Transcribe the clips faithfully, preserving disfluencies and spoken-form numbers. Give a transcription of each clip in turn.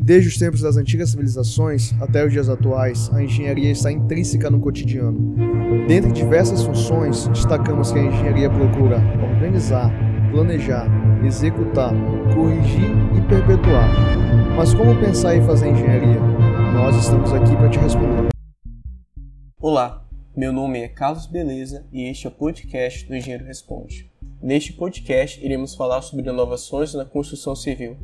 Desde os tempos das antigas civilizações até os dias atuais, a engenharia está intrínseca no cotidiano. Dentre diversas funções, destacamos que a engenharia procura organizar, planejar, executar, corrigir e perpetuar. Mas como pensar em fazer engenharia? Nós estamos aqui para te responder. Olá, meu nome é Carlos Beleza e este é o podcast do Engenheiro Responde. Neste podcast, iremos falar sobre inovações na construção civil.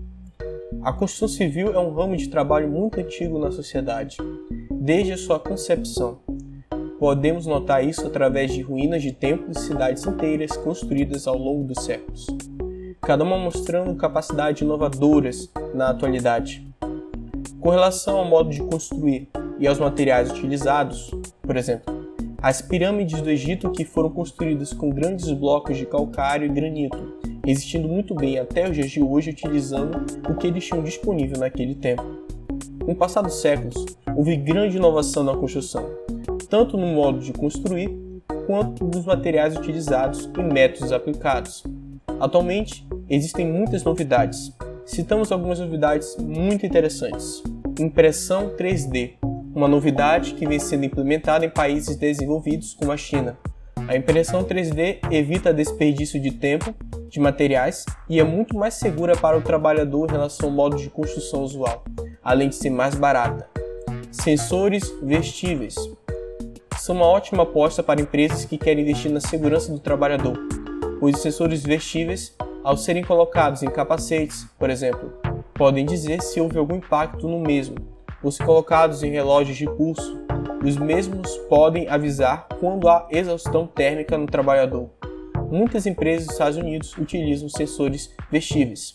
A construção civil é um ramo de trabalho muito antigo na sociedade, desde a sua concepção. Podemos notar isso através de ruínas de templos e cidades inteiras construídas ao longo dos séculos, cada uma mostrando capacidades inovadoras na atualidade. Com relação ao modo de construir e aos materiais utilizados, por exemplo, as pirâmides do Egito que foram construídas com grandes blocos de calcário e granito, resistindo muito bem até os dias de hoje utilizando o que eles tinham disponível naquele tempo. Com o passar dos séculos, houve grande inovação na construção, tanto no modo de construir, quanto nos materiais utilizados e métodos aplicados. Atualmente, existem muitas novidades. Citamos algumas novidades muito interessantes. Impressão três D, uma novidade que vem sendo implementada em países desenvolvidos como a China. A impressão três D evita desperdício de tempo, de materiais e é muito mais segura para o trabalhador em relação ao modo de construção usual, além de ser mais barata. Sensores vestíveis são uma ótima aposta para empresas que querem investir na segurança do trabalhador, pois os sensores vestíveis, ao serem colocados em capacetes, por exemplo, podem dizer se houve algum impacto no mesmo. Os colocados em relógios de pulso, os mesmos podem avisar quando há exaustão térmica no trabalhador. Muitas empresas dos Estados Unidos utilizam sensores vestíveis.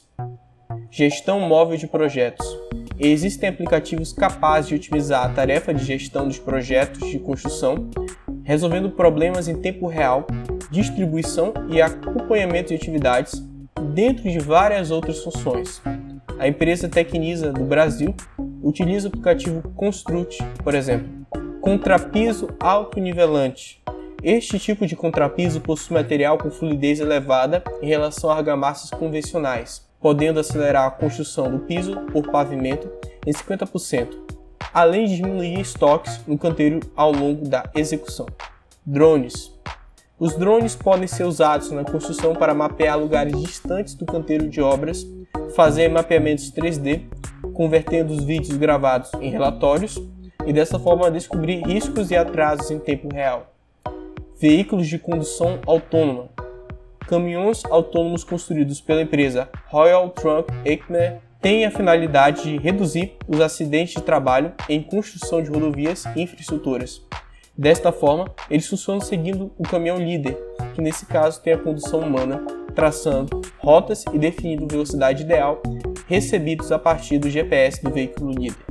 Gestão móvel de projetos. Existem aplicativos capazes de otimizar a tarefa de gestão dos projetos de construção, resolvendo problemas em tempo real, distribuição e acompanhamento de atividades, dentro de várias outras funções. A empresa Tecnisa do Brasil utiliza o aplicativo Construct, por exemplo. Contrapiso autonivelante. Este tipo de contrapiso possui material com fluidez elevada em relação a argamassas convencionais, podendo acelerar a construção do piso por pavimento em cinquenta por cento, além de diminuir estoques no canteiro ao longo da execução. Drones. Os drones podem ser usados na construção para mapear lugares distantes do canteiro de obras, fazer mapeamentos três D, convertendo os vídeos gravados em relatórios e dessa forma descobrir riscos e atrasos em tempo real. Veículos de condução autônoma. Caminhões autônomos construídos pela empresa Royal Truck Equipment têm a finalidade de reduzir os acidentes de trabalho em construção de rodovias e infraestruturas. Desta forma, eles funcionam seguindo o caminhão líder, que nesse caso tem a condução humana, traçando rotas e definindo velocidade ideal recebidos a partir do G P S do veículo líder.